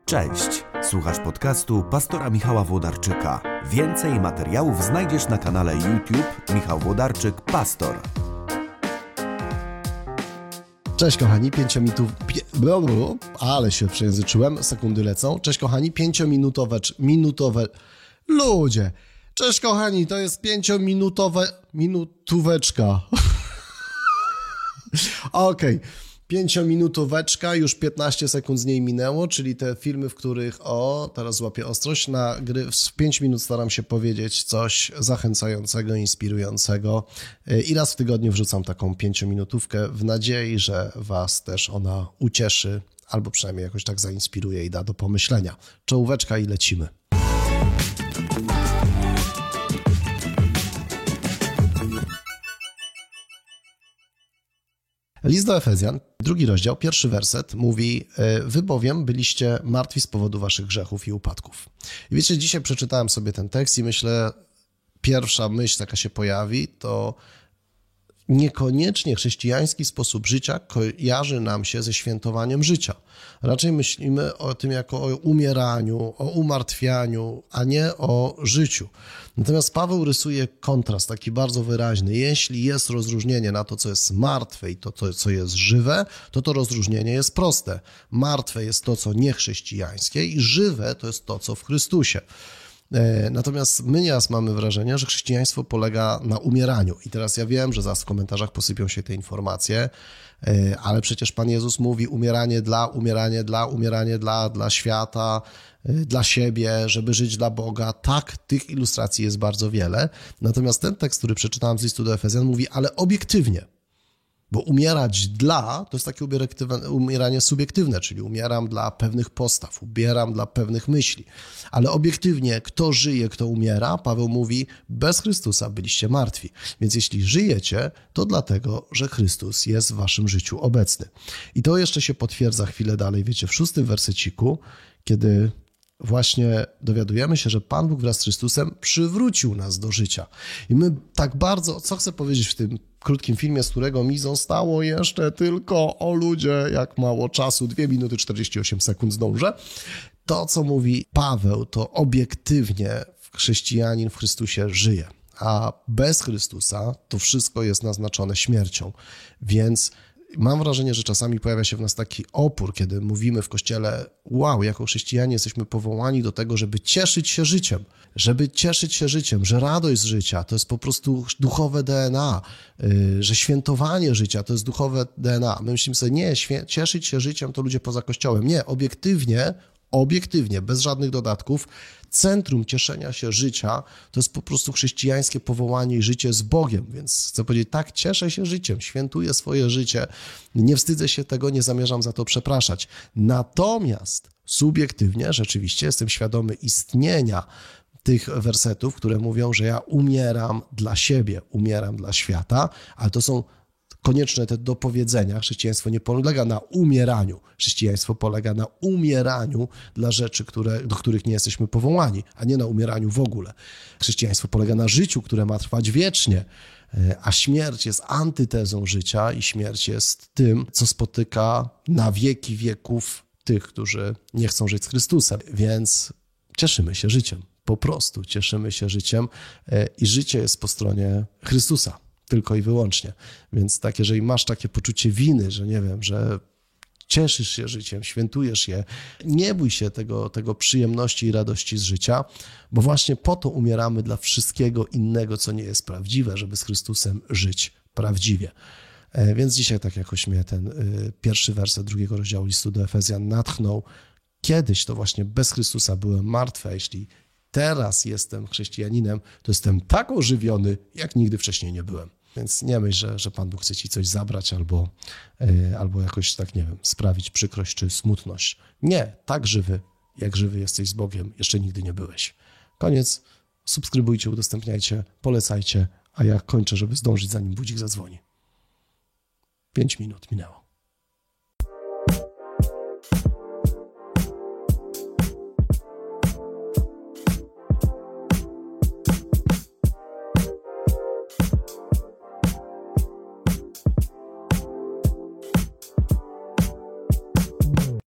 Cześć, słuchasz podcastu pastora Michała Włodarczyka. Więcej materiałów znajdziesz na kanale YouTube Michał Włodarczyk Pastor. Cześć kochani, 5 minut... Ale się przejęzyczyłem, sekundy lecą. Cześć kochani, 5-minutowe... Ludzie! Cześć kochani, to jest 5-minutowe... Minutóweczka. Okej. 5-minutóweczka, już 15 sekund z niej minęło, czyli te filmy, w których, teraz złapię ostrość, na gry w 5 minut staram się powiedzieć coś zachęcającego, inspirującego i raz w tygodniu wrzucam taką 5-minutówkę w nadziei, że was też ona ucieszy, albo przynajmniej jakoś tak zainspiruje i da do pomyślenia. Czołóweczka i lecimy. List do Efezjan, 2 rozdział, 1 werset mówi: wy bowiem byliście martwi z powodu waszych grzechów i upadków. I wiecie, dzisiaj przeczytałem sobie ten tekst i myślę, pierwsza myśl, jaka się pojawi, to niekoniecznie chrześcijański sposób życia kojarzy nam się ze świętowaniem życia. Raczej myślimy o tym jako o umieraniu, o umartwianiu, a nie o życiu. Natomiast Paweł rysuje kontrast taki bardzo wyraźny. Jeśli jest rozróżnienie na to, co jest martwe i to, co jest żywe, to rozróżnienie jest proste. Martwe jest to, co niechrześcijańskie i żywe to jest to, co w Chrystusie. Natomiast my nieraz mamy wrażenie, że chrześcijaństwo polega na umieraniu. I teraz ja wiem, że zaraz w komentarzach posypią się te informacje, ale przecież Pan Jezus mówi umieranie dla świata, dla siebie, żeby żyć dla Boga. Tak, tych ilustracji jest bardzo wiele. Natomiast ten tekst, który przeczytałem z listu do Efezjan, mówi, ale obiektywnie. Bo umierać to jest takie umieranie subiektywne, czyli umieram dla pewnych postaw, umieram dla pewnych myśli. Ale obiektywnie, kto żyje, kto umiera, Paweł mówi, bez Chrystusa byliście martwi. Więc jeśli żyjecie, to dlatego, że Chrystus jest w waszym życiu obecny. I to jeszcze się potwierdza chwilę dalej, wiecie, w 6 werseciku, kiedy właśnie dowiadujemy się, że Pan Bóg wraz z Chrystusem przywrócił nas do życia. I my tak bardzo, co chcę powiedzieć w tym krótkim filmie, z którego mi zostało jeszcze tylko, ludzie, jak mało czasu, 2 minuty 48 sekund zdążę. To, co mówi Paweł, to obiektywnie chrześcijanin w Chrystusie żyje, a bez Chrystusa to wszystko jest naznaczone śmiercią. Więc mam wrażenie, że czasami pojawia się w nas taki opór, kiedy mówimy w Kościele, jako chrześcijanie jesteśmy powołani do tego, żeby cieszyć się życiem, że radość z życia to jest po prostu duchowe DNA, że świętowanie życia to jest duchowe DNA. My myślimy sobie, nie, cieszyć się życiem to ludzie poza Kościołem. Nie, obiektywnie, bez żadnych dodatków, centrum cieszenia się życia to jest po prostu chrześcijańskie powołanie i życie z Bogiem. Więc chcę powiedzieć, tak, cieszę się życiem, świętuję swoje życie, nie wstydzę się tego, nie zamierzam za to przepraszać. Natomiast subiektywnie rzeczywiście jestem świadomy istnienia tych wersetów, które mówią, że ja umieram dla siebie, umieram dla świata, ale to są konieczne te dopowiedzenia. Chrześcijaństwo nie polega na umieraniu. Chrześcijaństwo polega na umieraniu dla rzeczy, do których nie jesteśmy powołani, a nie na umieraniu w ogóle. Chrześcijaństwo polega na życiu, które ma trwać wiecznie, a śmierć jest antytezą życia i śmierć jest tym, co spotyka na wieki wieków tych, którzy nie chcą żyć z Chrystusem. Więc cieszymy się życiem. Po prostu cieszymy się życiem i życie jest po stronie Chrystusa. Tylko i wyłącznie. Więc tak, jeżeli masz takie poczucie winy, że nie wiem, że cieszysz się życiem, świętujesz je, nie bój się tego przyjemności i radości z życia, bo właśnie po to umieramy dla wszystkiego innego, co nie jest prawdziwe, żeby z Chrystusem żyć prawdziwie. Więc dzisiaj tak jakoś mnie ten 1 werset 2 rozdziału listu do Efezjan natchnął. Kiedyś to właśnie bez Chrystusa byłem martwy, a jeśli teraz jestem chrześcijaninem, to jestem tak ożywiony, jak nigdy wcześniej nie byłem. Więc nie myśl, że Pan Bóg chce ci coś zabrać albo jakoś tak, nie wiem, sprawić przykrość czy smutność. Nie, tak żywy, jak żywy jesteś z Bogiem, jeszcze nigdy nie byłeś. Koniec. Subskrybujcie, udostępniajcie, polecajcie, a ja kończę, żeby zdążyć, zanim budzik zadzwoni. 5 minut minęło.